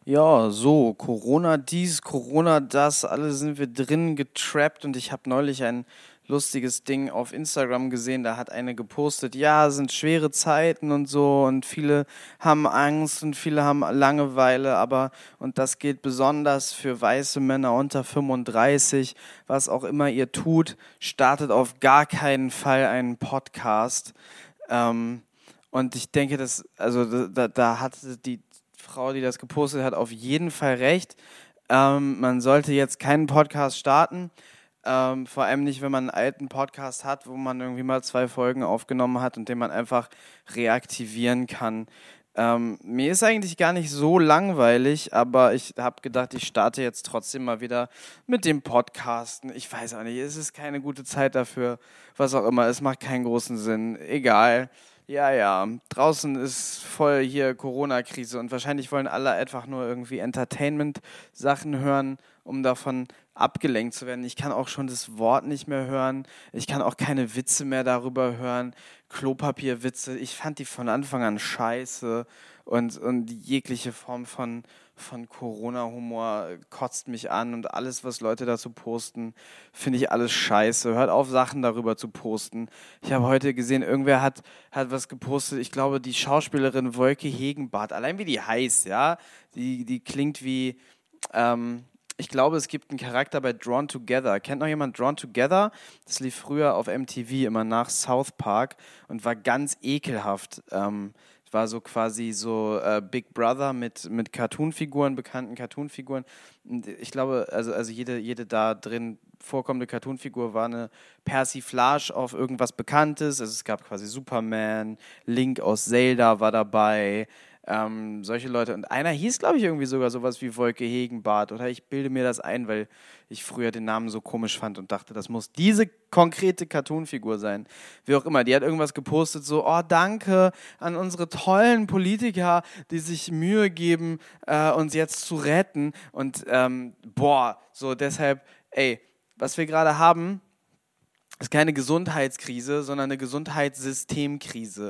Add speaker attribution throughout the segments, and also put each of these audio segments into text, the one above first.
Speaker 1: Ja, so, Corona dies, Corona das, alle sind wir drin getrappt und ich habe neulich ein lustiges Ding auf Instagram gesehen, da hat eine gepostet, ja, sind schwere Zeiten und so und viele haben Angst und viele haben Langeweile, aber, und das gilt besonders für weiße Männer unter 35, was auch immer ihr tut, startet auf gar keinen Fall einen Podcast. Ähm, und ich denke, da hatte die Frau, die das gepostet hat, auf jeden Fall recht. Man sollte jetzt keinen Podcast starten. Vor allem nicht, wenn man einen alten Podcast hat, wo man irgendwie mal 2 Folgen aufgenommen hat und den man einfach reaktivieren kann. Mir ist eigentlich gar nicht so langweilig, aber ich habe gedacht, ich starte jetzt trotzdem mal wieder mit dem Podcasten. Ich weiß auch nicht, es ist keine gute Zeit dafür, was auch immer, es macht keinen großen Sinn. Egal. Ja, ja, draußen ist voll hier Corona-Krise und wahrscheinlich wollen alle einfach nur irgendwie Entertainment-Sachen hören, um davon abgelenkt zu werden. Ich kann auch schon das Wort nicht mehr hören. Ich kann auch keine Witze mehr darüber hören. Klopapierwitze, ich fand die von Anfang an scheiße und jegliche Form von Corona-Humor kotzt mich an und alles, was Leute dazu posten, finde ich alles scheiße. Hört auf, Sachen darüber zu posten. Ich habe heute gesehen, irgendwer hat was gepostet, ich glaube, die Schauspielerin Wolke Hegenbarth, allein wie die heißt, ja, die klingt wie, ich glaube, es gibt einen Charakter bei Drawn Together. Kennt noch jemand Drawn Together? Das lief früher auf MTV immer nach South Park und war ganz ekelhaft. War so quasi so Big Brother mit Cartoonfiguren, bekannten Cartoonfiguren. Und ich glaube, also jede da drin vorkommende Cartoonfigur war eine Persiflage auf irgendwas Bekanntes. Also es gab quasi Superman, Link aus Zelda war dabei, solche Leute. Und einer hieß, glaube ich, irgendwie sogar sowas wie Wolke Hegenbarth. Oder ich bilde mir das ein, weil ich früher den Namen so komisch fand und dachte, das muss diese konkrete Cartoonfigur sein. Wie auch immer, die hat irgendwas gepostet, so, oh, danke an unsere tollen Politiker, die sich Mühe geben, uns jetzt zu retten. Und so deshalb, ey, was wir gerade haben, ist keine Gesundheitskrise, sondern eine Gesundheitssystemkrise.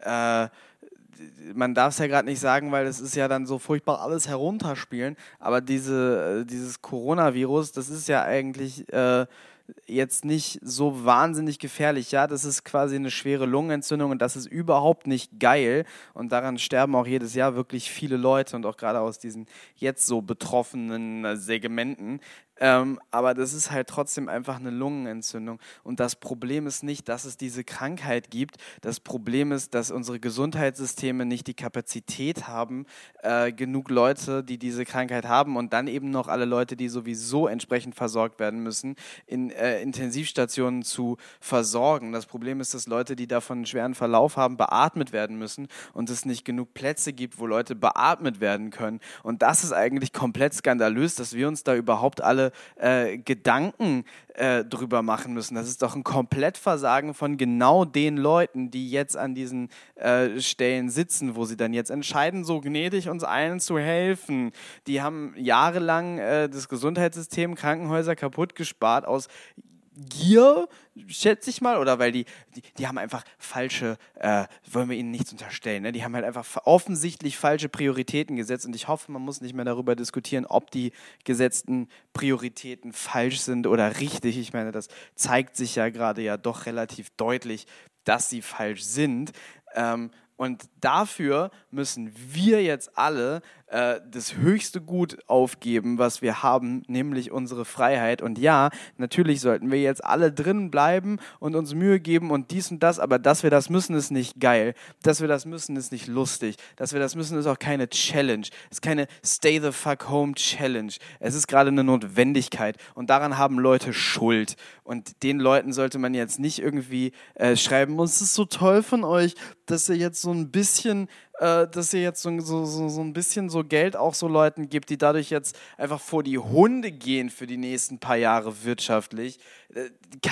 Speaker 1: Man darf es ja gerade nicht sagen, weil es ist ja dann so furchtbar alles herunterspielen, aber dieses Coronavirus, das ist ja eigentlich jetzt nicht so wahnsinnig gefährlich. Ja, das ist quasi eine schwere Lungenentzündung und das ist überhaupt nicht geil und daran sterben auch jedes Jahr wirklich viele Leute und auch gerade aus diesen jetzt so betroffenen Segmenten. Aber das ist halt trotzdem einfach eine Lungenentzündung. Und das Problem ist nicht, dass es diese Krankheit gibt. Das Problem ist, dass unsere Gesundheitssysteme nicht die Kapazität haben, genug Leute, die diese Krankheit haben und dann eben noch alle Leute, die sowieso entsprechend versorgt werden müssen, in Intensivstationen zu versorgen. Das Problem ist, dass Leute, die davon einen schweren Verlauf haben, beatmet werden müssen und es nicht genug Plätze gibt, wo Leute beatmet werden können. Und das ist eigentlich komplett skandalös, dass wir uns da überhaupt alle Gedanken drüber machen müssen. Das ist doch ein Komplettversagen von genau den Leuten, die jetzt an diesen Stellen sitzen, wo sie dann jetzt entscheiden, so gnädig uns allen zu helfen. Die haben jahrelang das Gesundheitssystem, Krankenhäuser kaputt gespart aus Gier, schätze ich mal, oder weil die haben einfach falsche, wollen wir ihnen nichts unterstellen, ne? Die haben halt einfach offensichtlich falsche Prioritäten gesetzt und ich hoffe, man muss nicht mehr darüber diskutieren, ob die gesetzten Prioritäten falsch sind oder richtig. Ich meine, das zeigt sich ja gerade ja doch relativ deutlich, dass sie falsch sind. Und dafür müssen wir jetzt alle das höchste Gut aufgeben, was wir haben, nämlich unsere Freiheit. Und ja, natürlich sollten wir jetzt alle drin bleiben und uns Mühe geben und dies und das, aber dass wir das müssen, ist nicht geil. Dass wir das müssen, ist nicht lustig. Dass wir das müssen, ist auch keine Challenge. Es ist keine Stay the fuck home Challenge. Es ist gerade eine Notwendigkeit und daran haben Leute Schuld. Und den Leuten sollte man jetzt nicht irgendwie schreiben, es ist so toll von euch, dass ihr jetzt so ein bisschen dass ihr jetzt so ein bisschen so Geld auch so Leuten gibt, die dadurch jetzt einfach vor die Hunde gehen für die nächsten paar Jahre wirtschaftlich. Kein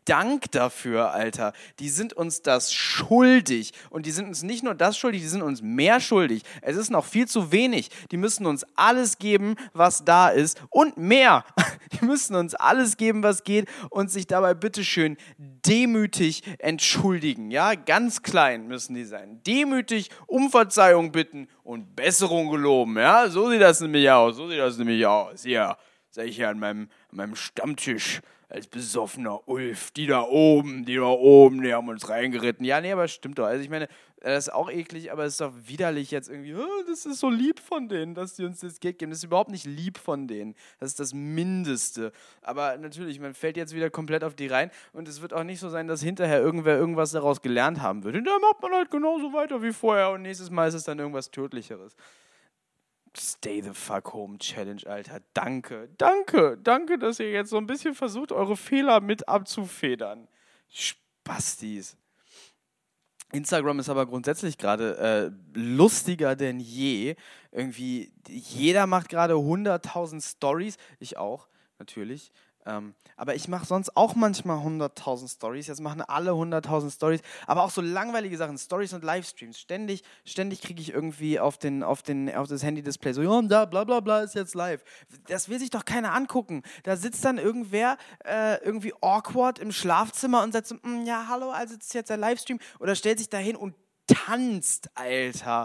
Speaker 1: Dank dafür, Alter. Die sind uns das schuldig. Und die sind uns nicht nur das schuldig, die sind uns mehr schuldig. Es ist noch viel zu wenig. Die müssen uns alles geben, was da ist und mehr. Die müssen uns alles geben, was geht und sich dabei bitteschön demütig entschuldigen. Ja, ganz klein müssen die sein. Demütig um Verzeihung bitten und Besserung geloben. Ja, so sieht das nämlich aus. Hier, sag ich hier an meinem Stammtisch als besoffener Ulf. Die da oben, die haben uns reingeritten. Ja, nee, aber stimmt doch. Also ich meine, das ist auch eklig, aber es ist doch widerlich jetzt irgendwie. Oh, das ist so lieb von denen, dass die uns das Geld geben. Das ist überhaupt nicht lieb von denen. Das ist das Mindeste. Aber natürlich, man fällt jetzt wieder komplett auf die rein und es wird auch nicht so sein, dass hinterher irgendwer irgendwas daraus gelernt haben wird. Hinterher macht man halt genauso weiter wie vorher und nächstes Mal ist es dann irgendwas Tödlicheres. Stay the fuck home Challenge, Alter. Danke, dass ihr jetzt so ein bisschen versucht, eure Fehler mit abzufedern. Spastis. Instagram ist aber grundsätzlich gerade lustiger denn je. Irgendwie, jeder macht gerade 100.000 Stories. Ich auch, natürlich. Aber ich mache sonst auch manchmal 100.000 Stories. Jetzt machen alle 100.000 Stories. Aber auch so langweilige Sachen, Stories und Livestreams. Ständig kriege ich irgendwie auf das Handy-Display so, ja, da, bla bla bla, ist jetzt live. Das will sich doch keiner angucken. Da sitzt dann irgendwer irgendwie awkward im Schlafzimmer und sagt so, ja, hallo, also das ist jetzt der Livestream. Oder stellt sich da hin und tanzt, Alter.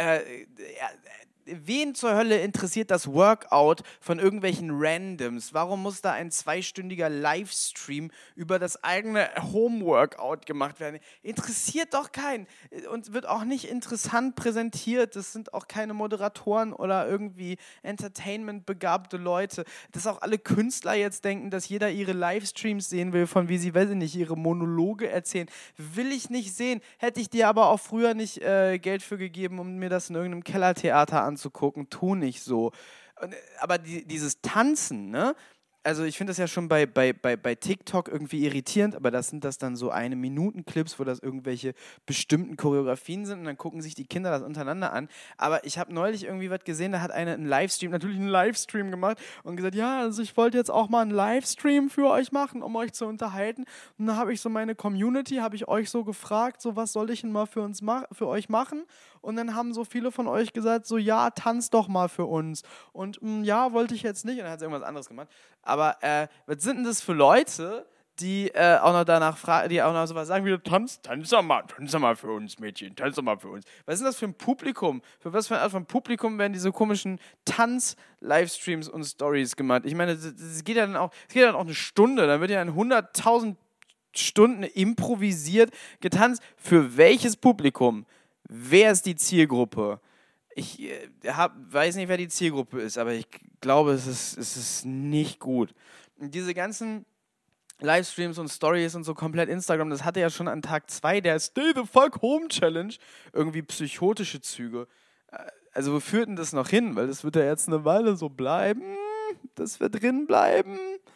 Speaker 1: Wen zur Hölle interessiert das Workout von irgendwelchen Randoms? Warum muss da ein 2-stündiger Livestream über das eigene Home-Workout gemacht werden? Interessiert doch keinen und wird auch nicht interessant präsentiert. Das sind auch keine Moderatoren oder irgendwie Entertainment-begabte Leute. Dass auch alle Künstler jetzt denken, dass jeder ihre Livestreams sehen will, von wie sie, weiß ich nicht, ihre Monologe erzählen. Will ich nicht sehen. Hätte ich dir aber auch früher nicht Geld für gegeben, um mir das in irgendeinem Kellertheater anzugucken, tu nicht so. Aber dieses Tanzen, ne? Also ich finde das ja schon bei TikTok irgendwie irritierend, aber das sind das dann so 1-Minuten-Clips, wo das irgendwelche bestimmten Choreografien sind und dann gucken sich die Kinder das untereinander an. Aber ich habe neulich irgendwie was gesehen, da hat einer einen Livestream gemacht und gesagt, ja, also ich wollte jetzt auch mal einen Livestream für euch machen, um euch zu unterhalten. Und dann habe ich so meine Community, habe ich euch so gefragt, so was soll ich denn mal für euch machen? Und dann haben so viele von euch gesagt, so ja, tanz doch mal für uns. Und ja, wollte ich jetzt nicht. Und dann hat es irgendwas anderes gemacht. Aber was sind denn das für Leute, die auch noch danach fragen, die auch noch sowas sagen wie, tanz doch mal für uns, Mädchen, tanz doch mal für uns. Was ist denn das für ein Publikum? Für was für eine Art von Publikum werden diese komischen Tanz-Livestreams und Stories gemacht? Ich meine, das geht ja dann auch eine Stunde, dann wird ja in 100.000 Stunden improvisiert, getanzt. Für welches Publikum? Wer ist die Zielgruppe? Ich weiß nicht, wer die Zielgruppe ist, aber ich glaube, es ist nicht gut. Und diese ganzen Livestreams und Stories und so komplett Instagram, das hatte ja schon an Tag 2 der Stay the Fuck Home Challenge irgendwie psychotische Züge. Also wo führt denn das noch hin? Weil das wird ja jetzt eine Weile so bleiben, dass wir drin bleiben.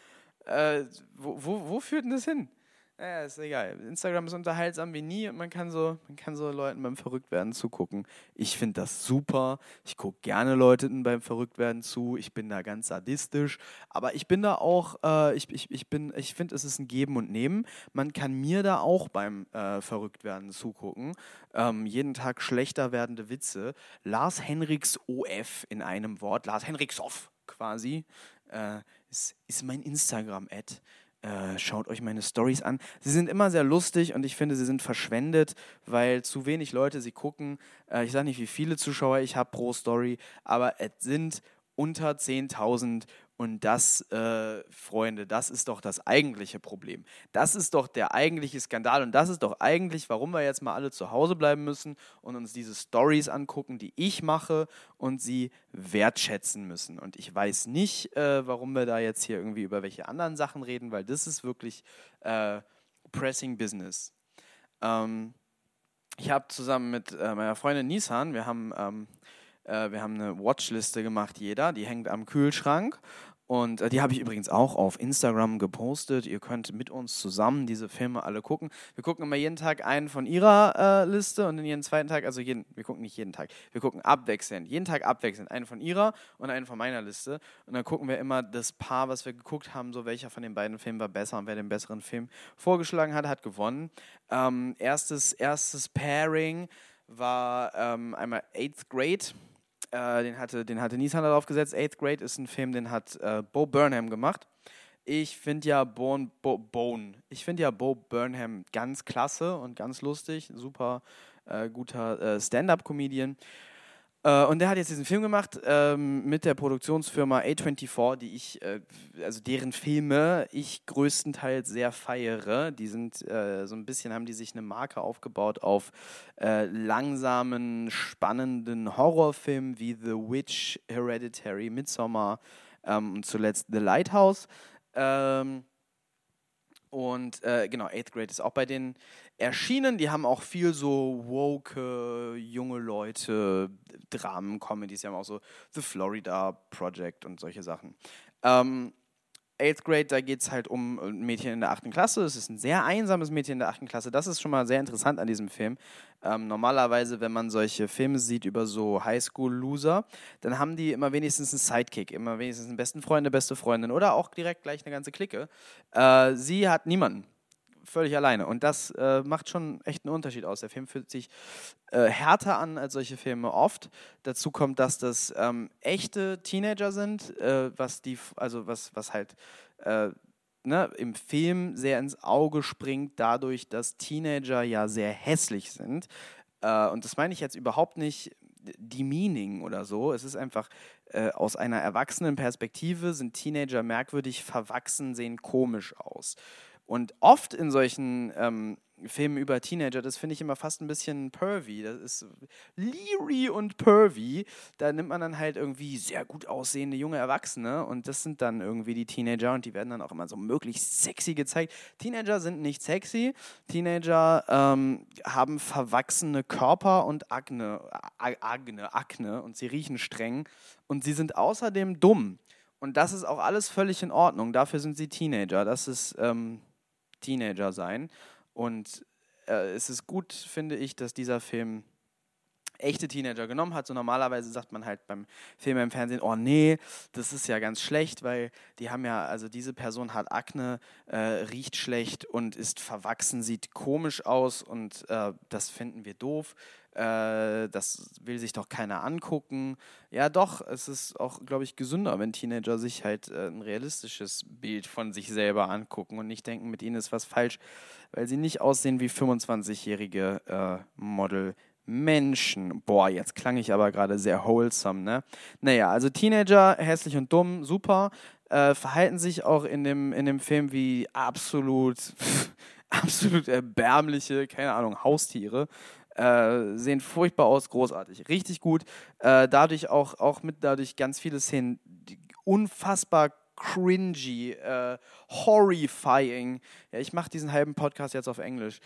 Speaker 1: Wo führt denn das hin? Ja, ist egal. Instagram ist unterhaltsam wie nie und man kann so Leuten beim Verrücktwerden zugucken. Ich finde das super. Ich gucke gerne Leuten beim Verrücktwerden zu. Ich bin da ganz sadistisch. Aber ich bin da auch, ich finde, es ist ein Geben und Nehmen. Man kann mir da auch beim Verrücktwerden zugucken. Jeden Tag schlechter werdende Witze. Lars Henriks OF in einem Wort. Lars Henriksoff quasi. Ist mein Instagram-Ad. Schaut euch meine Stories an. Sie sind immer sehr lustig und ich finde, sie sind verschwendet, weil zu wenig Leute sie gucken. Ich sage nicht, wie viele Zuschauer ich habe pro Story, aber es sind unter 10.000 und das, Freunde, das ist doch das eigentliche Problem. Das ist doch der eigentliche Skandal und das ist doch eigentlich, warum wir jetzt mal alle zu Hause bleiben müssen und uns diese Stories angucken, die ich mache und sie wertschätzen müssen. Und ich weiß nicht, warum wir da jetzt hier irgendwie über welche anderen Sachen reden, weil das ist wirklich pressing business. Ich habe zusammen mit meiner Freundin Nissan, wir haben eine Watchliste gemacht, jeder, die hängt am Kühlschrank Und die habe ich übrigens auch auf Instagram gepostet. Ihr könnt mit uns zusammen diese Filme alle gucken. Wir gucken immer jeden Tag einen von ihrer Liste und dann jeden zweiten Tag, wir gucken nicht jeden Tag, wir gucken abwechselnd, jeden Tag abwechselnd, einen von ihrer und einen von meiner Liste. Und dann gucken wir immer das Paar, was wir geguckt haben, so welcher von den beiden Filmen war besser und wer den besseren Film vorgeschlagen hat, hat gewonnen. Erstes Pairing war einmal Eighth Grade. Den hatte Nissan darauf gesetzt. Eighth Grade ist ein Film, den hat Bo Burnham gemacht. Ich finde ja Bo Burnham ganz klasse und ganz lustig. Super guter Stand-up-Comedian. Und der hat jetzt diesen Film gemacht mit der Produktionsfirma A24, also deren Filme ich größtenteils sehr feiere. Die sind so ein bisschen, haben die sich eine Marke aufgebaut auf langsamen, spannenden Horrorfilmen wie The Witch, Hereditary, Midsommar und zuletzt The Lighthouse. Genau, Eighth Grade ist auch bei denen erschienen. Die haben auch viel so woke, junge Leute, Dramen, Comedies. Die haben auch so The Florida Project und solche Sachen. Eighth Grade, da geht es halt um ein Mädchen in der 8. Klasse. Es ist ein sehr einsames Mädchen in der 8. Klasse. Das ist schon mal sehr interessant an diesem Film. Normalerweise, wenn man solche Filme sieht über so Highschool-Loser, dann haben die immer wenigstens einen Sidekick, immer wenigstens einen besten Freund, eine beste Freundin oder auch direkt gleich eine ganze Clique. Sie hat niemanden. Völlig alleine. Und das macht schon echt einen Unterschied aus. Der Film fühlt sich härter an als solche Filme oft. Dazu kommt, dass das echte Teenager sind, was halt im Film sehr ins Auge springt, dadurch, dass Teenager ja sehr hässlich sind. Und das meine ich jetzt überhaupt nicht demeaning oder so. Es ist einfach aus einer erwachsenen Perspektive sind Teenager merkwürdig verwachsen, sehen komisch aus. Und oft in solchen Filmen über Teenager, das finde ich immer fast ein bisschen pervy. Das ist leery und pervy. Da nimmt man dann halt irgendwie sehr gut aussehende junge Erwachsene und das sind dann irgendwie die Teenager und die werden dann auch immer so möglichst sexy gezeigt. Teenager sind nicht sexy. Teenager haben verwachsene Körper und Akne und sie riechen streng und sie sind außerdem dumm. Und das ist auch alles völlig in Ordnung. Dafür sind sie Teenager. Das ist Teenager sein. Und es ist gut, finde ich, dass dieser Film echte Teenager genommen hat. So normalerweise sagt man halt beim Film im Fernsehen, oh nee, das ist ja ganz schlecht, weil die haben ja, also diese Person hat Akne, riecht schlecht und ist verwachsen, sieht komisch aus und das finden wir doof. Das will sich doch keiner angucken. Ja doch, es ist auch, glaube ich, gesünder, wenn Teenager sich halt ein realistisches Bild von sich selber angucken und nicht denken, mit ihnen ist was falsch, weil sie nicht aussehen wie 25-jährige Model Menschen. Boah, jetzt klang ich aber gerade sehr wholesome, ne? Naja, also Teenager, hässlich und dumm, super. Verhalten sich auch in dem Film wie absolut erbärmliche, keine Ahnung, Haustiere. Sehen furchtbar aus, großartig, richtig gut. Dadurch ganz viele Szenen unfassbar cringy, horrifying. Ja, ich mache diesen halben Podcast jetzt auf Englisch.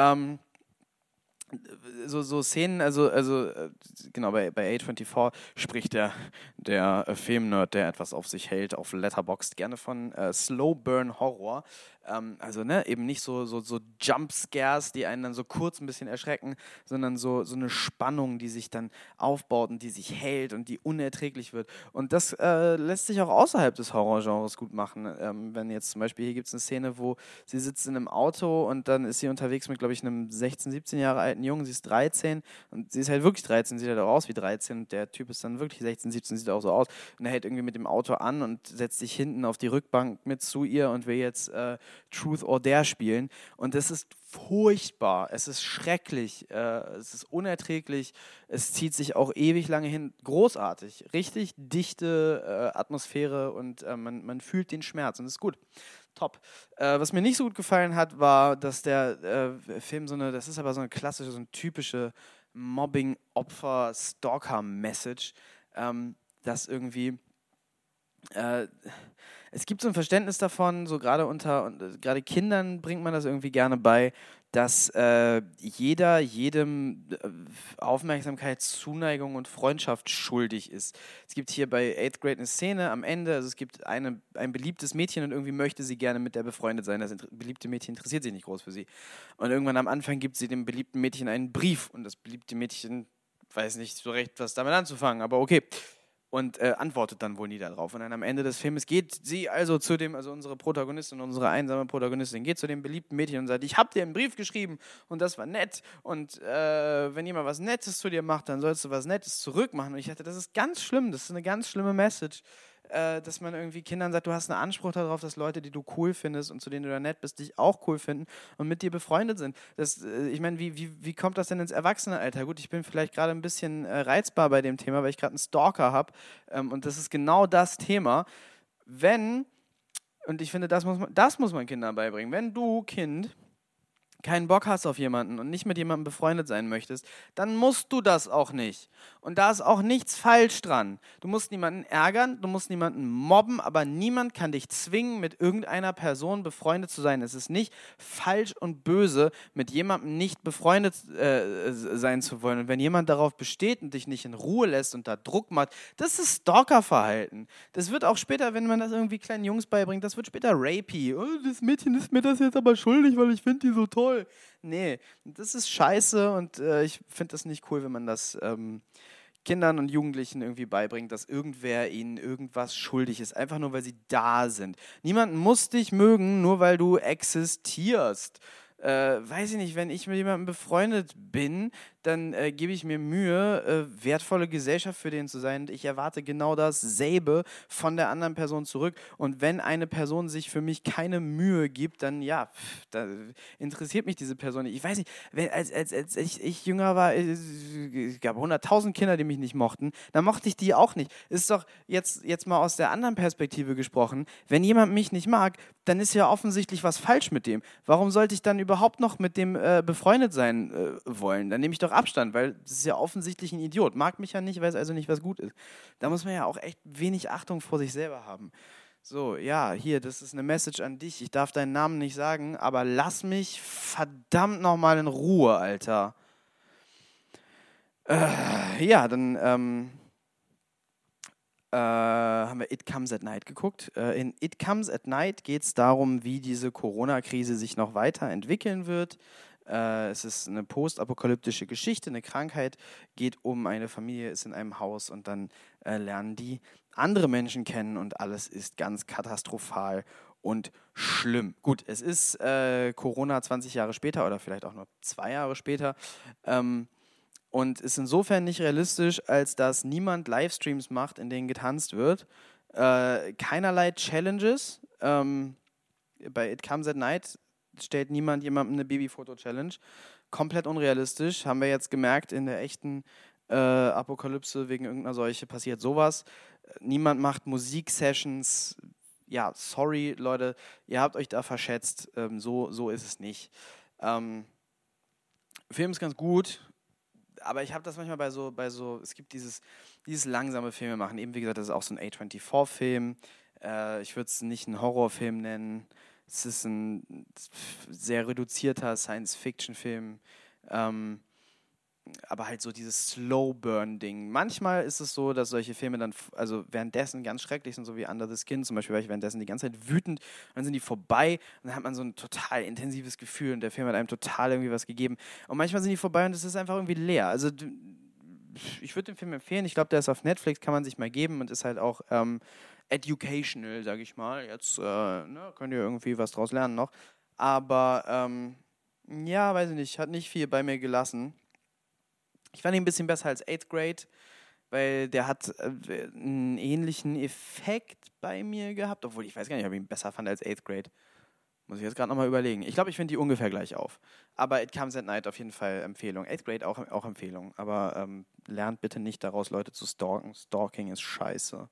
Speaker 1: So Szenen, genau, bei A24 spricht der Filmnerd, der etwas auf sich hält, auf Letterboxd gerne von Slow Burn Horror. Eben nicht so Jumpscares, die einen dann so kurz ein bisschen erschrecken, sondern so eine Spannung, die sich dann aufbaut und die sich hält und die unerträglich wird. Und das lässt sich auch außerhalb des Horrorgenres gut machen. Wenn jetzt zum Beispiel, hier gibt es eine Szene, wo sie sitzt in einem Auto und dann ist sie unterwegs mit, glaube ich, einem 16, 17 Jahre alten Jungen, sie ist 13 und sie ist halt wirklich 13, sieht halt auch aus wie 13 und der Typ ist dann wirklich 16, 17, sieht auch so aus und er hält irgendwie mit dem Auto an und setzt sich hinten auf die Rückbank mit zu ihr und will jetzt Truth or Dare spielen und das ist furchtbar, es ist schrecklich, es ist unerträglich, es zieht sich auch ewig lange hin, großartig, richtig dichte Atmosphäre und man fühlt den Schmerz und es ist gut. Top. Was mir nicht so gut gefallen hat, war, dass der Film das ist aber so eine klassische, so eine typische Mobbing-Opfer-Stalker-Message, dass irgendwie äh, es gibt so ein Verständnis davon, so gerade gerade Kindern bringt man das irgendwie gerne bei, dass jeder jedem Aufmerksamkeit, Zuneigung und Freundschaft schuldig ist. Es gibt hier bei Eighth Grade eine Szene am Ende, also es gibt ein beliebtes Mädchen und irgendwie möchte sie gerne mit der befreundet sein. Das beliebte Mädchen interessiert sich nicht groß für sie. Und irgendwann am Anfang gibt sie dem beliebten Mädchen einen Brief und das beliebte Mädchen weiß nicht so recht, was damit anzufangen, aber okay. Und antwortet dann wohl nie darauf. Und dann am Ende des Filmes geht sie also also unsere Protagonistin, unsere einsame Protagonistin, geht zu dem beliebten Mädchen und sagt, ich habe dir einen Brief geschrieben und das war nett. Und wenn jemand was Nettes zu dir macht, dann sollst du was Nettes zurückmachen. Und ich dachte, das ist ganz schlimm, das ist eine ganz schlimme Message, dass man irgendwie Kindern sagt, du hast einen Anspruch darauf, dass Leute, die du cool findest und zu denen du da nett bist, dich auch cool finden und mit dir befreundet sind. Ich meine, wie kommt das denn ins Erwachsenenalter? Gut, ich bin vielleicht gerade ein bisschen reizbar bei dem Thema, weil ich gerade einen Stalker habe. Und das ist genau das Thema. Wenn, und ich finde, das muss man Kindern beibringen, wenn du, Kind, keinen Bock hast auf jemanden und nicht mit jemandem befreundet sein möchtest, dann musst du das auch nicht. Und da ist auch nichts falsch dran. Du musst niemanden ärgern, du musst niemanden mobben, aber niemand kann dich zwingen, mit irgendeiner Person befreundet zu sein. Es ist nicht falsch und böse, mit jemandem nicht befreundet sein zu wollen. Und wenn jemand darauf besteht und dich nicht in Ruhe lässt und da Druck macht, das ist Stalkerverhalten. Das wird auch später, wenn man das irgendwie kleinen Jungs beibringt, das wird später rapey. Oh, das Mädchen ist mir das jetzt aber schuldig, weil ich finde die so toll. Nee, das ist scheiße und ich finde das nicht cool, wenn man das Kindern und Jugendlichen irgendwie beibringt, dass irgendwer ihnen irgendwas schuldig ist, einfach nur, weil sie da sind. Niemand muss dich mögen, nur weil du existierst. Weiß ich nicht, wenn ich mit jemandem befreundet bin, dann gebe ich mir Mühe, wertvolle Gesellschaft für den zu sein. Und ich erwarte genau dasselbe von der anderen Person zurück. Und wenn eine Person sich für mich keine Mühe gibt, dann ja, da interessiert mich diese Person nicht. Ich weiß nicht, als ich jünger war, es gab 100.000 Kinder, die mich nicht mochten. Dann mochte ich die auch nicht. Ist doch jetzt mal aus der anderen Perspektive gesprochen. Wenn jemand mich nicht mag, dann ist ja offensichtlich was falsch mit dem. Warum sollte ich dann überhaupt noch mit dem befreundet sein wollen? Dann nehme ich doch Abstand, weil das ist ja offensichtlich ein Idiot. Mag mich ja nicht, weiß also nicht, was gut ist. Da muss man ja auch echt wenig Achtung vor sich selber haben. So, ja, hier, das ist eine Message an dich. Ich darf deinen Namen nicht sagen, aber lass mich verdammt nochmal in Ruhe, Alter. Ja, dann haben wir It Comes at Night geguckt. In It Comes at Night geht es darum, wie diese Corona-Krise sich noch weiterentwickeln wird. Es ist eine postapokalyptische Geschichte, eine Krankheit, geht um eine Familie, ist in einem Haus und dann lernen die andere Menschen kennen und alles ist ganz katastrophal und schlimm. Gut, es ist Corona 20 Jahre später oder vielleicht auch nur 2 Jahre später. Und ist insofern nicht realistisch, als dass niemand Livestreams macht, in denen getanzt wird. Keinerlei Challenges. Bei It Comes at Night stellt niemand jemandem eine Babyfoto-Challenge. Komplett unrealistisch. Haben wir jetzt gemerkt, in der echten Apokalypse wegen irgendeiner Seuche passiert sowas. Niemand macht Musiksessions. Ja, sorry, Leute, ihr habt euch da verschätzt. So ist es nicht. Film ist ganz gut, aber ich habe das manchmal es gibt dieses langsame Filme machen. Eben wie gesagt, das ist auch so ein A24-Film. Ich würde es nicht einen Horrorfilm nennen. Es ist ein sehr reduzierter Science-Fiction-Film. Aber halt so dieses Slow-Burn-Ding. Manchmal ist es so, dass solche Filme dann, also währenddessen ganz schrecklich sind, so wie Under the Skin zum Beispiel, war ich währenddessen die ganze Zeit wütend und dann sind die vorbei und dann hat man so ein total intensives Gefühl und der Film hat einem total irgendwie was gegeben. Und manchmal sind die vorbei und es ist einfach irgendwie leer. Also ich würde den Film empfehlen. Ich glaube, der ist auf Netflix, kann man sich mal geben und ist halt auch educational, sage ich mal. Jetzt könnt ihr irgendwie was draus lernen noch. Aber ja, weiß ich nicht, hat nicht viel bei mir gelassen. Ich fand ihn ein bisschen besser als Eighth Grade, weil der hat einen ähnlichen Effekt bei mir gehabt, obwohl ich weiß gar nicht, ob ich ihn besser fand als Eighth Grade. Muss ich jetzt gerade nochmal überlegen. Ich glaube, ich finde die ungefähr gleich auf. Aber It Comes at Night auf jeden Fall Empfehlung. Eighth Grade auch Empfehlung. Aber lernt bitte nicht daraus, Leute zu stalken. Stalking ist scheiße.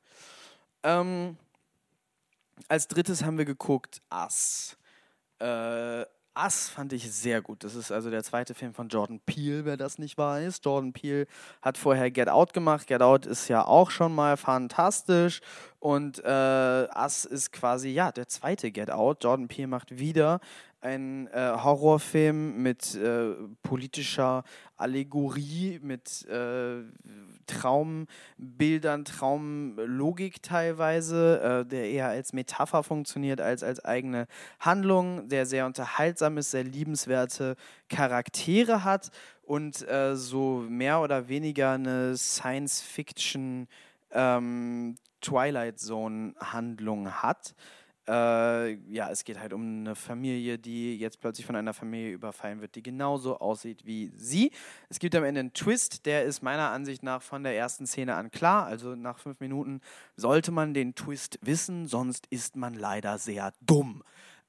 Speaker 1: Als drittes haben wir geguckt Us. Us fand ich sehr gut. Das ist also der zweite Film von Jordan Peele, wer das nicht weiß. Jordan Peele hat vorher Get Out gemacht. Get Out ist ja auch schon mal fantastisch. Und Us ist quasi, ja, der zweite Get Out. Jordan Peele macht wieder einen Horrorfilm mit politischer Allegorie, mit Traumbildern, Traumlogik teilweise, der eher als Metapher funktioniert als eigene Handlung, der sehr unterhaltsam ist, sehr liebenswerte Charaktere hat und so mehr oder weniger eine Science-Fiction Twilight Zone-Handlung hat. Ja, es geht halt um eine Familie, die jetzt plötzlich von einer Familie überfallen wird, die genauso aussieht wie sie. Es gibt am Ende einen Twist, der ist meiner Ansicht nach von der ersten Szene an klar. Also nach 5 Minuten sollte man den Twist wissen, sonst ist man leider sehr dumm.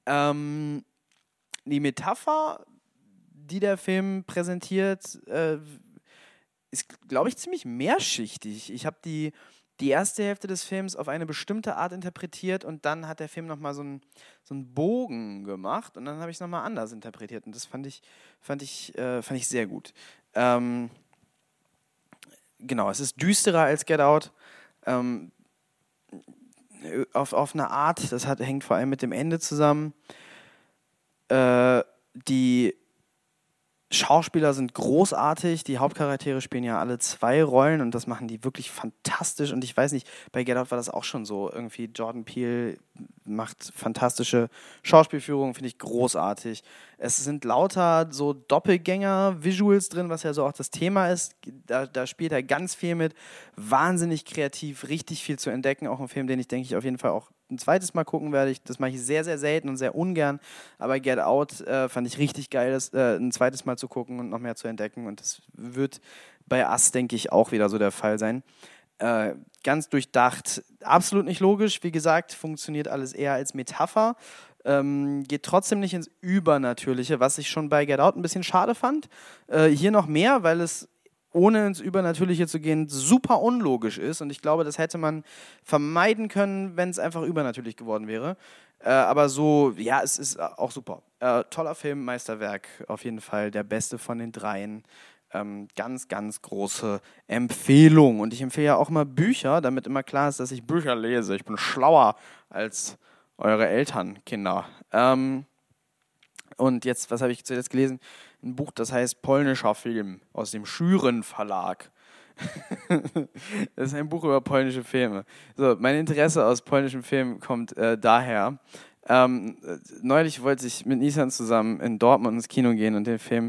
Speaker 1: Die Metapher, die der Film präsentiert, ist, glaube ich, ziemlich mehrschichtig. Ich habe die erste Hälfte des Films auf eine bestimmte Art interpretiert und dann hat der Film nochmal so einen Bogen gemacht und dann habe ich es nochmal anders interpretiert und das fand ich sehr gut. Genau, es ist düsterer als Get Out. Auf eine Art, hängt vor allem mit dem Ende zusammen. Die Schauspieler sind großartig, die Hauptcharaktere spielen ja alle 2 Rollen und das machen die wirklich fantastisch und ich weiß nicht, bei Get Out war das auch schon so, irgendwie Jordan Peele macht fantastische Schauspielführungen, finde ich großartig. Es sind lauter so Doppelgänger-Visuals drin, was ja so auch das Thema ist, da spielt er ganz viel mit, wahnsinnig kreativ, richtig viel zu entdecken, auch ein Film, den ich denke ich auf jeden Fall auch ein zweites Mal gucken werde. Das mache ich sehr, sehr selten und sehr ungern. Aber Get Out fand ich richtig geil, das ein zweites Mal zu gucken und noch mehr zu entdecken. Und das wird bei Us, denke ich, auch wieder so der Fall sein. Ganz durchdacht, absolut nicht logisch. Wie gesagt, funktioniert alles eher als Metapher. Geht trotzdem nicht ins Übernatürliche, was ich schon bei Get Out ein bisschen schade fand. Hier noch mehr, weil es ohne ins Übernatürliche zu gehen, super unlogisch ist. Und ich glaube, das hätte man vermeiden können, wenn es einfach übernatürlich geworden wäre. Aber so, ja, es ist auch super. Toller Film, Meisterwerk, auf jeden Fall der beste von den 3. Ganz, ganz große Empfehlung. Und ich empfehle ja auch mal Bücher, damit immer klar ist, dass ich Bücher lese. Ich bin schlauer als eure Eltern, Kinder. Und jetzt, was habe ich zuletzt gelesen? Ein Buch, das heißt Polnischer Film aus dem Schüren Verlag. Das ist ein Buch über polnische Filme. So, mein Interesse aus polnischen Filmen kommt daher. Neulich wollte ich mit Nissan zusammen in Dortmund ins Kino gehen und den Film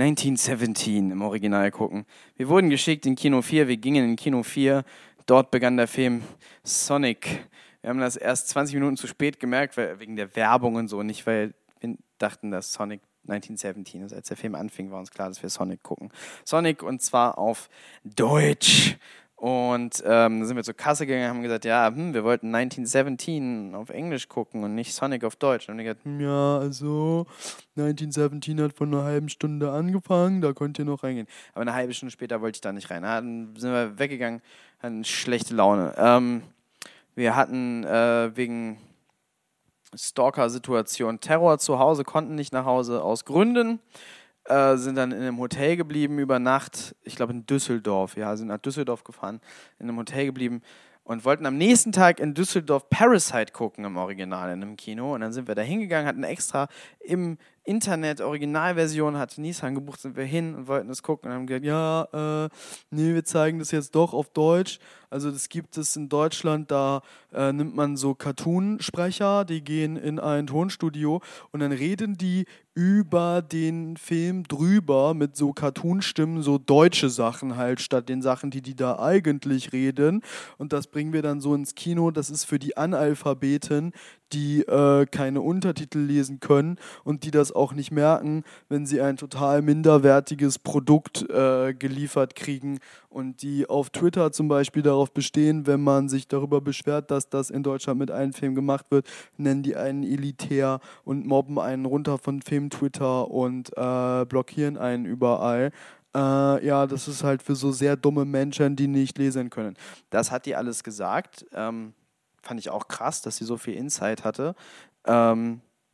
Speaker 1: 1917 im Original gucken. Wir wurden geschickt in Kino 4, wir gingen in Kino 4. Dort begann der Film Sonic. Wir haben das erst 20 Minuten zu spät gemerkt, wegen der Werbung und so, nicht weil wir dachten, dass Sonic 1917 ist. Als der Film anfing, war uns klar, dass wir Sonic gucken. Sonic und zwar auf Deutsch. Und dann sind wir zur Kasse gegangen und haben gesagt, ja, wir wollten 1917 auf Englisch gucken und nicht Sonic auf Deutsch. Und dann haben wir gesagt, ja, also 1917 hat vor einer halben Stunde angefangen, da könnt ihr noch reingehen. Aber eine halbe Stunde später wollte ich da nicht rein. Dann sind wir weggegangen, hatten schlechte Laune. Wir hatten wegen Stalker-Situation Terror zu Hause, konnten nicht nach Hause aus Gründen, sind dann in einem Hotel geblieben über Nacht, ich glaube in Düsseldorf, ja, sind nach Düsseldorf gefahren, in einem Hotel geblieben und wollten am nächsten Tag in Düsseldorf Parasite gucken im Original in einem Kino und dann sind wir da hingegangen, hatten extra im Internet Originalversion, hat Nissan gebucht, sind wir hin und wollten das gucken und haben gesagt, ja, nee, wir zeigen das jetzt doch auf Deutsch. Also das gibt es in Deutschland, da nimmt man so Cartoon-Sprecher, die gehen in ein Tonstudio und dann reden die über den Film drüber mit so Cartoon-Stimmen, so deutsche Sachen halt, statt den Sachen, die da eigentlich reden. Und das bringen wir dann so ins Kino. Das ist für die Analphabeten, die keine Untertitel lesen können und die das auch nicht merken, wenn sie ein total minderwertiges Produkt geliefert kriegen und die auf Twitter zum Beispiel darauf bestehen, wenn man sich darüber beschwert, dass das in Deutschland mit einem Film gemacht wird, nennen die einen elitär und mobben einen runter von Film-Twitter und blockieren einen überall. Ja, das ist halt für so sehr dumme Menschen, die nicht lesen können. Das hat die alles gesagt. Fand ich auch krass, dass sie so viel Insight hatte.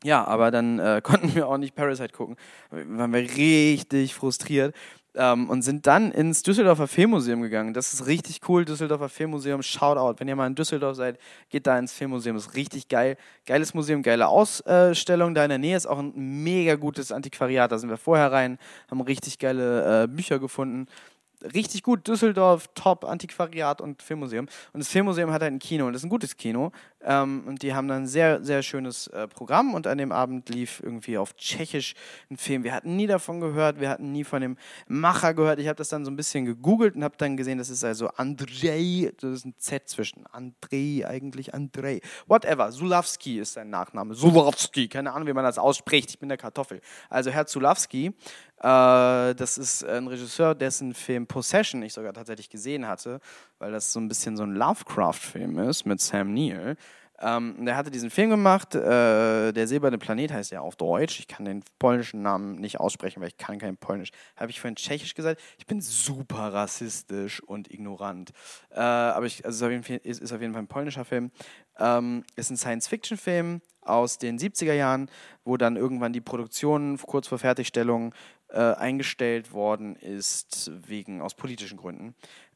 Speaker 1: Ja, aber dann konnten wir auch nicht Parasite gucken. Waren wir richtig frustriert und sind dann ins Düsseldorfer Filmmuseum gegangen. Das ist richtig cool, Düsseldorfer Filmmuseum, Shoutout. Wenn ihr mal in Düsseldorf seid, geht da ins Filmmuseum, das ist richtig geil. Geiles Museum, geile Ausstellung. Da in der Nähe ist auch ein mega gutes Antiquariat. Da sind wir vorher rein, haben richtig geile Bücher gefunden. Richtig gut, Düsseldorf, top, Antiquariat und Filmmuseum. Und das Filmmuseum hat halt ein Kino und das ist ein gutes Kino. Und die haben dann ein sehr, sehr schönes Programm und an dem Abend lief irgendwie auf Tschechisch ein Film. Wir hatten nie davon gehört, wir hatten nie von dem Macher gehört. Ich habe das dann so ein bisschen gegoogelt und habe dann gesehen, das ist also Andrzej, das ist ein Z zwischen Andrzej, whatever, Zulawski ist sein Nachname, Zulawski, keine Ahnung, wie man das ausspricht, ich bin der Kartoffel. Also Herr Zulawski, das ist ein Regisseur, dessen Film Possession ich sogar tatsächlich gesehen hatte, weil das so ein bisschen so ein Lovecraft-Film ist mit Sam Neill. Der hatte diesen Film gemacht, Der silberne Planet heißt ja auf Deutsch. Ich kann den polnischen Namen nicht aussprechen, weil ich kann kein Polnisch. Habe ich vorhin Tschechisch gesagt? Ich bin super rassistisch und ignorant. Aber ist auf jeden Fall ein polnischer Film. Ist ein Science-Fiction-Film aus den 70er Jahren, wo dann irgendwann die Produktion kurz vor Fertigstellung eingestellt worden ist, aus politischen Gründen.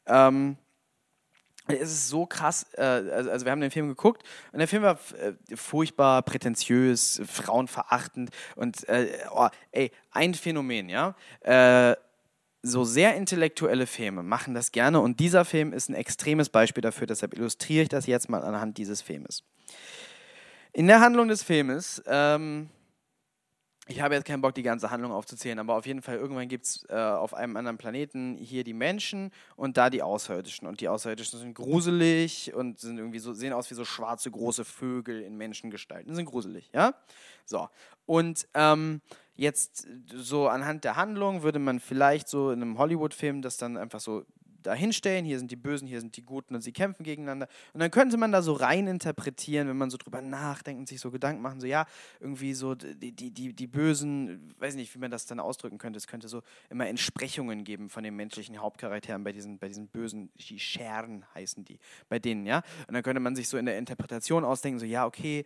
Speaker 1: Es ist so krass, also wir haben den Film geguckt und der Film war furchtbar prätentiös, frauenverachtend und ein Phänomen, ja. So sehr intellektuelle Filme machen das gerne und dieser Film ist ein extremes Beispiel dafür, deshalb illustriere ich das jetzt mal anhand dieses Filmes. In der Handlung des Filmes, ich habe jetzt keinen Bock, die ganze Handlung aufzuzählen, aber auf jeden Fall, irgendwann gibt es auf einem anderen Planeten hier die Menschen und da die Außerirdischen. Und die Außerirdischen sind gruselig und sind irgendwie so, sehen aus wie so schwarze, große Vögel in Menschengestalten. Sind gruselig, ja? So. Und jetzt so anhand der Handlung würde man vielleicht so in einem Hollywood-Film das dann einfach so dahinstellen, hier sind die Bösen, hier sind die Guten und sie kämpfen gegeneinander. Und dann könnte man da so rein interpretieren, wenn man so drüber nachdenkt und sich so Gedanken machen, so ja, irgendwie so die Bösen, weiß nicht, wie man das dann ausdrücken könnte, es könnte so immer Entsprechungen geben von den menschlichen Hauptcharakteren bei diesen Bösen, die Scheren heißen die, bei denen, ja. Und dann könnte man sich so in der Interpretation ausdenken, so ja, okay,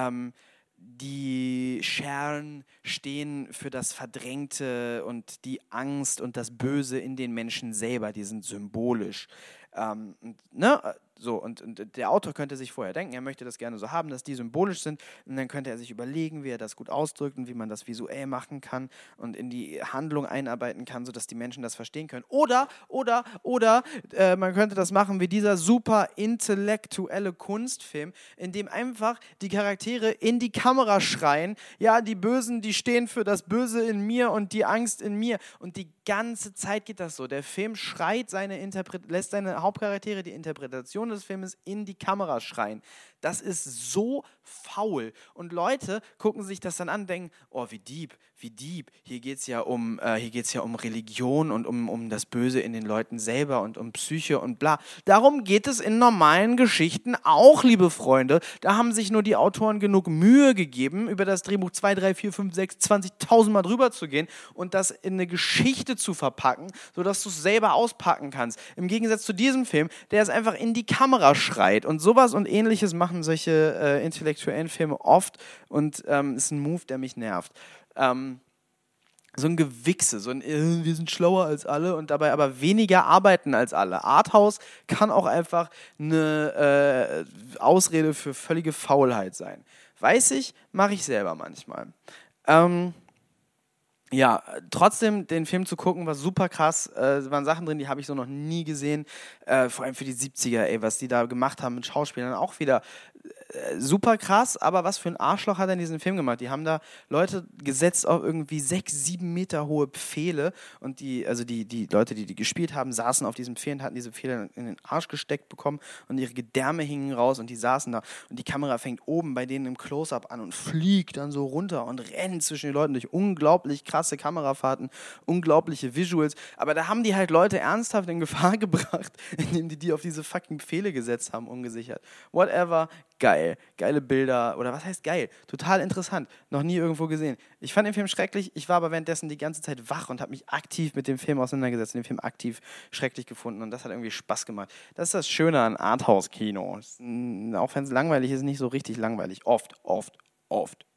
Speaker 1: die Scheren stehen für das Verdrängte und die Angst und das Böse in den Menschen selber, die sind symbolisch. Und der Autor könnte sich vorher denken, er möchte das gerne so haben, dass die symbolisch sind und dann könnte er sich überlegen, wie er das gut ausdrückt und wie man das visuell machen kann und in die Handlung einarbeiten kann, sodass die Menschen das verstehen können. Oder man könnte das machen wie dieser super intellektuelle Kunstfilm, in dem einfach die Charaktere in die Kamera schreien, ja, die Bösen, die stehen für das Böse in mir und die Angst in mir und die ganze Zeit geht das so. Der Film lässt seine Hauptcharaktere die Interpretation des Filmes in die Kamera schreien. Das ist so faul. Und Leute gucken sich das dann an und denken, oh, wie deep. Hier geht es ja um Religion und um das Böse in den Leuten selber und um Psyche und bla. Darum geht es in normalen Geschichten auch, liebe Freunde. Da haben sich nur die Autoren genug Mühe gegeben, über das Drehbuch 2, 3, 4, 5, 6, 20.000 Mal drüber zu gehen und das in eine Geschichte zu verpacken, sodass du es selber auspacken kannst. Im Gegensatz zu diesem Film, der es einfach in die Kamera schreit. Und sowas und Ähnliches machen solche intellektuellen Filme oft und ist ein Move, der mich nervt. So ein Gewichse, wir sind schlauer als alle und dabei aber weniger arbeiten als alle. Arthouse kann auch einfach eine Ausrede für völlige Faulheit sein. Weiß ich, mache ich selber manchmal. Ja, trotzdem den Film zu gucken, war super krass. Es waren Sachen drin, die habe ich so noch nie gesehen. Vor allem für die 70er, was die da gemacht haben mit Schauspielern, auch wieder super krass. Aber was für ein Arschloch hat er in diesem Film gemacht? Die haben da Leute gesetzt auf irgendwie 6, 7 Meter hohe Pfähle und die Leute, die gespielt haben, saßen auf diesen Pfählen, hatten diese Pfähle in den Arsch gesteckt bekommen und ihre Gedärme hingen raus und die saßen da und die Kamera fängt oben bei denen im Close-Up an und fliegt dann so runter und rennt zwischen den Leuten durch unglaublich krasse Kamerafahrten, unglaubliche Visuals, aber da haben die halt Leute ernsthaft in Gefahr gebracht, indem die auf diese fucking Pfähle gesetzt haben, ungesichert. Whatever, geil. Geile Bilder, oder was heißt geil? Total interessant, noch nie irgendwo gesehen. Ich fand den Film schrecklich, ich war aber währenddessen die ganze Zeit wach und habe mich aktiv mit dem Film auseinandergesetzt und den Film aktiv schrecklich gefunden und das hat irgendwie Spaß gemacht. Das ist das Schöne an Arthouse-Kino. Auch wenn es langweilig ist, nicht so richtig langweilig. Oft.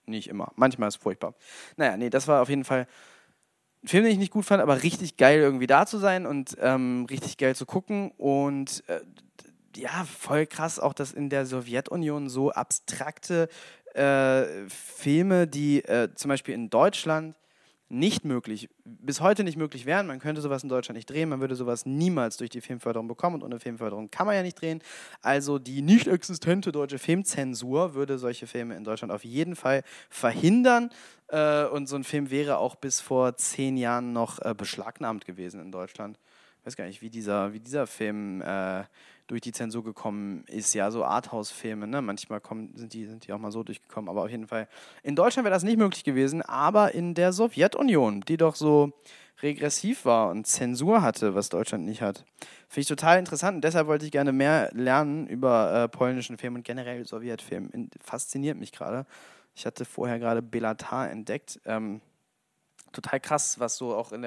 Speaker 1: nicht immer. Manchmal ist es furchtbar. Naja, nee, das war auf jeden Fall ein Film, den ich nicht gut fand, aber richtig geil irgendwie da zu sein und richtig geil zu gucken. Und ja, voll krass auch, dass in der Sowjetunion so abstrakte Filme, die zum Beispiel in Deutschland bis heute nicht möglich wären. Man könnte sowas in Deutschland nicht drehen, man würde sowas niemals durch die Filmförderung bekommen und ohne Filmförderung kann man ja nicht drehen. Also die nicht existente deutsche Filmzensur würde solche Filme in Deutschland auf jeden Fall verhindern und so ein Film wäre auch bis vor 10 Jahren noch beschlagnahmt gewesen in Deutschland. Ich weiß gar nicht, wie dieser Film durch die Zensur gekommen ist. Ja, so Arthouse-Filme, ne? Manchmal sind die auch mal so durchgekommen, aber auf jeden Fall. In Deutschland wäre das nicht möglich gewesen, aber in der Sowjetunion, die doch so regressiv war und Zensur hatte, was Deutschland nicht hat. Finde ich total interessant und deshalb wollte ich gerne mehr lernen über polnischen Film und generell Sowjetfilm. Fasziniert mich gerade. Ich hatte vorher gerade Belatar entdeckt. Total krass, was so auch in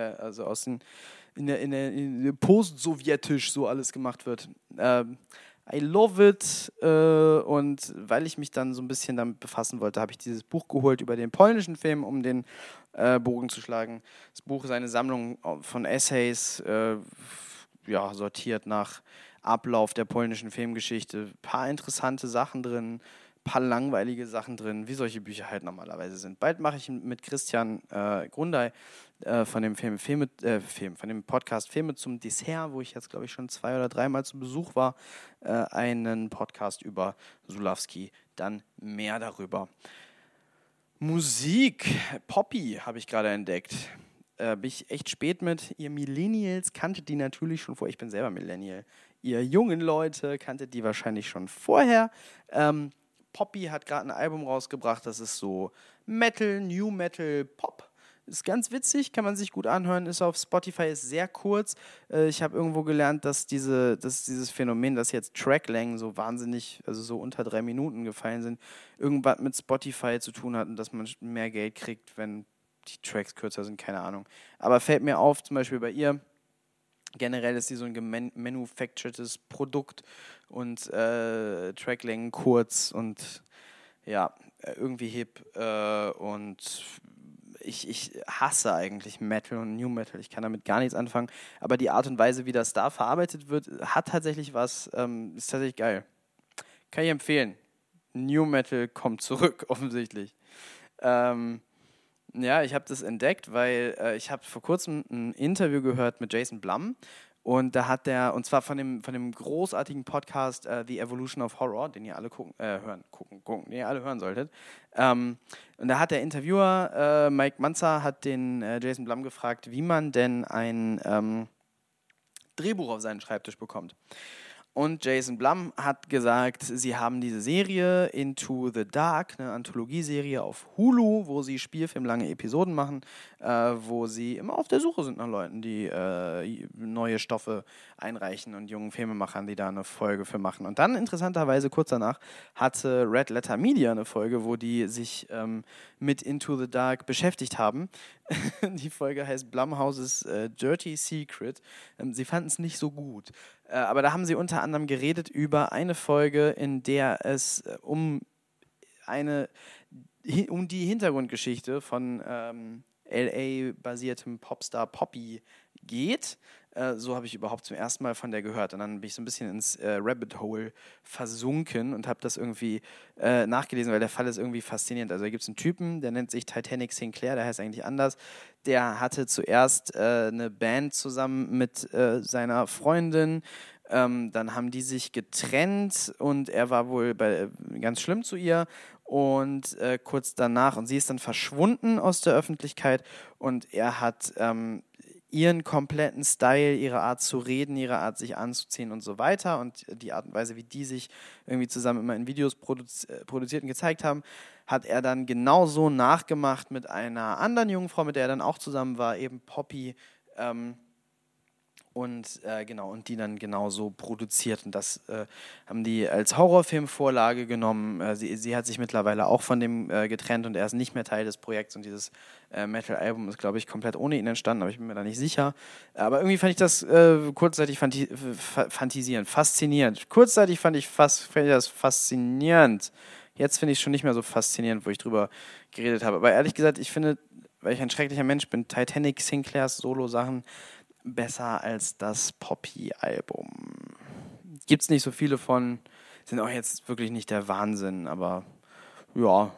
Speaker 1: der post-sowjetisch so alles gemacht wird. I love it. Und weil ich mich dann so ein bisschen damit befassen wollte, habe ich dieses Buch geholt über den polnischen Film, um den Bogen zu schlagen. Das Buch ist eine Sammlung von Essays, sortiert nach Ablauf der polnischen Filmgeschichte. Ein paar interessante Sachen drin, paar langweilige Sachen drin, wie solche Bücher halt normalerweise sind. Bald mache ich mit Christian Grundei von dem von dem Podcast Filme zum Dessert, wo ich jetzt, glaube ich, schon 2 oder 3 Mal zu Besuch war, einen Podcast über Sulawski, dann mehr darüber. Musik, Poppy habe ich gerade entdeckt. Bin ich echt spät mit. Ihr Millennials kanntet die natürlich schon vorher. Ich bin selber Millennial. Ihr jungen Leute kanntet die wahrscheinlich schon vorher. Poppy hat gerade ein Album rausgebracht, das ist so Metal, New Metal, Pop. Ist ganz witzig, kann man sich gut anhören, ist auf Spotify, ist sehr kurz. Ich habe irgendwo gelernt, dass dieses Phänomen, dass jetzt Tracklängen so wahnsinnig, also so unter 3 Minuten gefallen sind, irgendwas mit Spotify zu tun hat und dass man mehr Geld kriegt, wenn die Tracks kürzer sind, keine Ahnung. Aber fällt mir auf, zum Beispiel bei ihr, generell ist sie so ein gemanufacturtes Produkt und Tracklängen kurz und ja, irgendwie hip und ich hasse eigentlich Metal und New Metal, ich kann damit gar nichts anfangen, aber die Art und Weise, wie das da verarbeitet wird, hat tatsächlich was, ist tatsächlich geil. Kann ich empfehlen. New Metal kommt zurück, offensichtlich. Ja, ich habe das entdeckt, weil ich habe vor kurzem ein Interview gehört mit Jason Blum und da hat und zwar von dem großartigen Podcast The Evolution of Horror, den ihr alle den ihr alle hören solltet. Und da hat der Interviewer Mike Manzer hat den Jason Blum gefragt, wie man denn ein Drehbuch auf seinen Schreibtisch bekommt. Und Jason Blum hat gesagt, sie haben diese Serie Into the Dark, eine Anthologieserie auf Hulu, wo sie spielfilmlange Episoden machen, wo sie immer auf der Suche sind nach Leuten, die neue Stoffe einreichen und jungen Filmemachern, die da eine Folge für machen. Und dann interessanterweise kurz danach hatte Red Letter Media eine Folge, wo die sich mit Into the Dark beschäftigt haben. Die Folge heißt Blumhouses Dirty Secret. Sie fanden es nicht so gut. Aber da haben sie unter anderem geredet über eine Folge, in der es um die Hintergrundgeschichte von LA-basiertem Popstar Poppy geht. So habe ich überhaupt zum ersten Mal von der gehört. Und dann bin ich so ein bisschen ins Rabbit Hole versunken und habe das irgendwie nachgelesen, weil der Fall ist irgendwie faszinierend. Also da gibt es einen Typen, der nennt sich Titanic Sinclair, der heißt eigentlich anders. Der hatte zuerst eine Band zusammen mit seiner Freundin. Dann haben die sich getrennt und er war wohl ganz schlimm zu ihr. Und kurz danach, und sie ist dann verschwunden aus der Öffentlichkeit und er hat ihren kompletten Style, ihre Art zu reden, ihre Art sich anzuziehen und so weiter und die Art und Weise, wie die sich irgendwie zusammen immer in Videos produziert und gezeigt haben, hat er dann genauso nachgemacht mit einer anderen jungen Frau, mit der er dann auch zusammen war, eben Poppy, und die dann genauso produziert und das haben die als Horrorfilmvorlage genommen. Sie hat sich mittlerweile auch von dem getrennt und er ist nicht mehr Teil des Projekts und dieses Metal-Album ist, glaube ich, komplett ohne ihn entstanden, aber ich bin mir da nicht sicher. Aber irgendwie fand ich das kurzzeitig faszinierend. Kurzzeitig fand ich das faszinierend. Jetzt finde ich es schon nicht mehr so faszinierend, wo ich drüber geredet habe. Aber ehrlich gesagt, ich finde, weil ich ein schrecklicher Mensch bin, Titanic, Sinclairs Solo-Sachen besser als das Poppy-Album. Gibt's nicht so viele von, sind auch jetzt wirklich nicht der Wahnsinn, aber ja,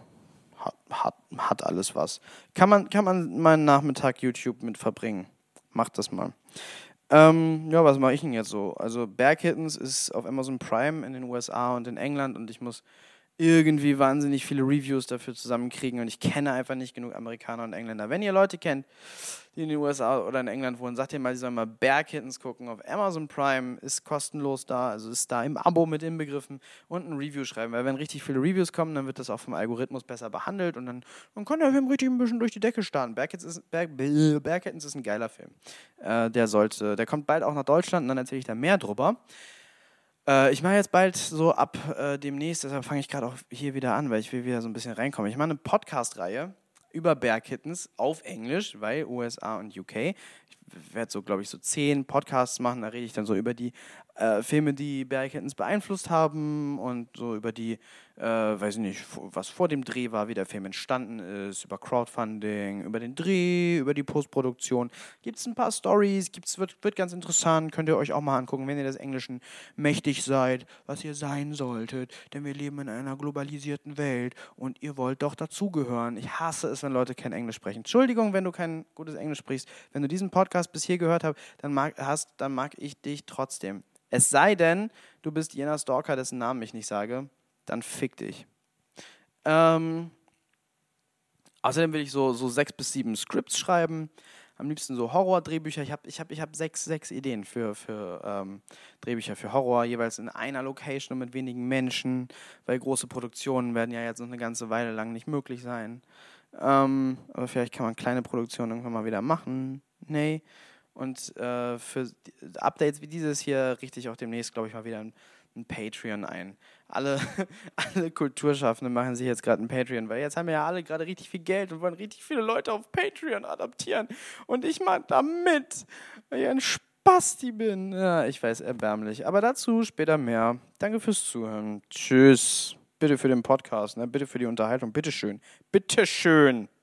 Speaker 1: hat alles was. Kann man mal einen Nachmittag YouTube mit verbringen. Macht das mal. Ja, was mache ich denn jetzt so? Also Bear Kittens ist auf Amazon Prime in den USA und in England und ich muss irgendwie wahnsinnig viele Reviews dafür zusammenkriegen und ich kenne einfach nicht genug Amerikaner und Engländer. Wenn ihr Leute kennt, die in den USA oder in England wohnen, sagt ihr mal, die sollen mal Bear Kittens gucken auf Amazon Prime, ist kostenlos da, also ist da im Abo mit inbegriffen und ein Review schreiben, weil wenn richtig viele Reviews kommen, dann wird das auch vom Algorithmus besser behandelt und dann kann der Film richtig ein bisschen durch die Decke starten. Bear Kittens ist ein geiler Film. Der kommt bald auch nach Deutschland und dann erzähle ich da mehr drüber. Ich mache jetzt bald so ab demnächst, deshalb fange ich gerade auch hier wieder an, weil ich will wieder so ein bisschen reinkommen. Ich mache eine Podcast-Reihe über Bear Kittens auf Englisch, weil USA und UK. Ich werde so, glaube ich, so 10 Podcasts machen, da rede ich dann so über die Filme, die Bear Kittens beeinflusst haben und so über die, weiß ich nicht, was vor dem Dreh war, wie der Film entstanden ist, über Crowdfunding, über den Dreh, über die Postproduktion. Gibt es ein paar Stories, wird ganz interessant, könnt ihr euch auch mal angucken, wenn ihr des Englischen mächtig seid, was ihr sein solltet, denn wir leben in einer globalisierten Welt und ihr wollt doch dazugehören. Ich hasse es, wenn Leute kein Englisch sprechen. Entschuldigung, wenn du kein gutes Englisch sprichst. Wenn du diesen Podcast bis hier gehört hast, dann mag ich dich trotzdem. Es sei denn, du bist jener Stalker, dessen Namen ich nicht sage, dann fick dich. Außerdem will ich so 6 bis 7 Scripts schreiben. Am liebsten so Horror-Drehbücher. Ich hab sechs Ideen für Drehbücher für Horror, jeweils in einer Location und mit wenigen Menschen, weil große Produktionen werden ja jetzt noch eine ganze Weile lang nicht möglich sein. Aber vielleicht kann man kleine Produktionen irgendwann mal wieder machen. Nee. Und für Updates wie dieses hier richte ich auch demnächst, glaube ich, mal wieder ein Patreon ein. Alle Kulturschaffenden machen sich jetzt gerade ein Patreon, weil jetzt haben ja alle gerade richtig viel Geld und wollen richtig viele Leute auf Patreon adaptieren. Und ich mache da mit, weil ich ein Spasti bin. Ja, ich weiß, erbärmlich. Aber dazu später mehr. Danke fürs Zuhören. Tschüss. Bitte für den Podcast, ne? Bitte für die Unterhaltung. Bitteschön. Bitteschön.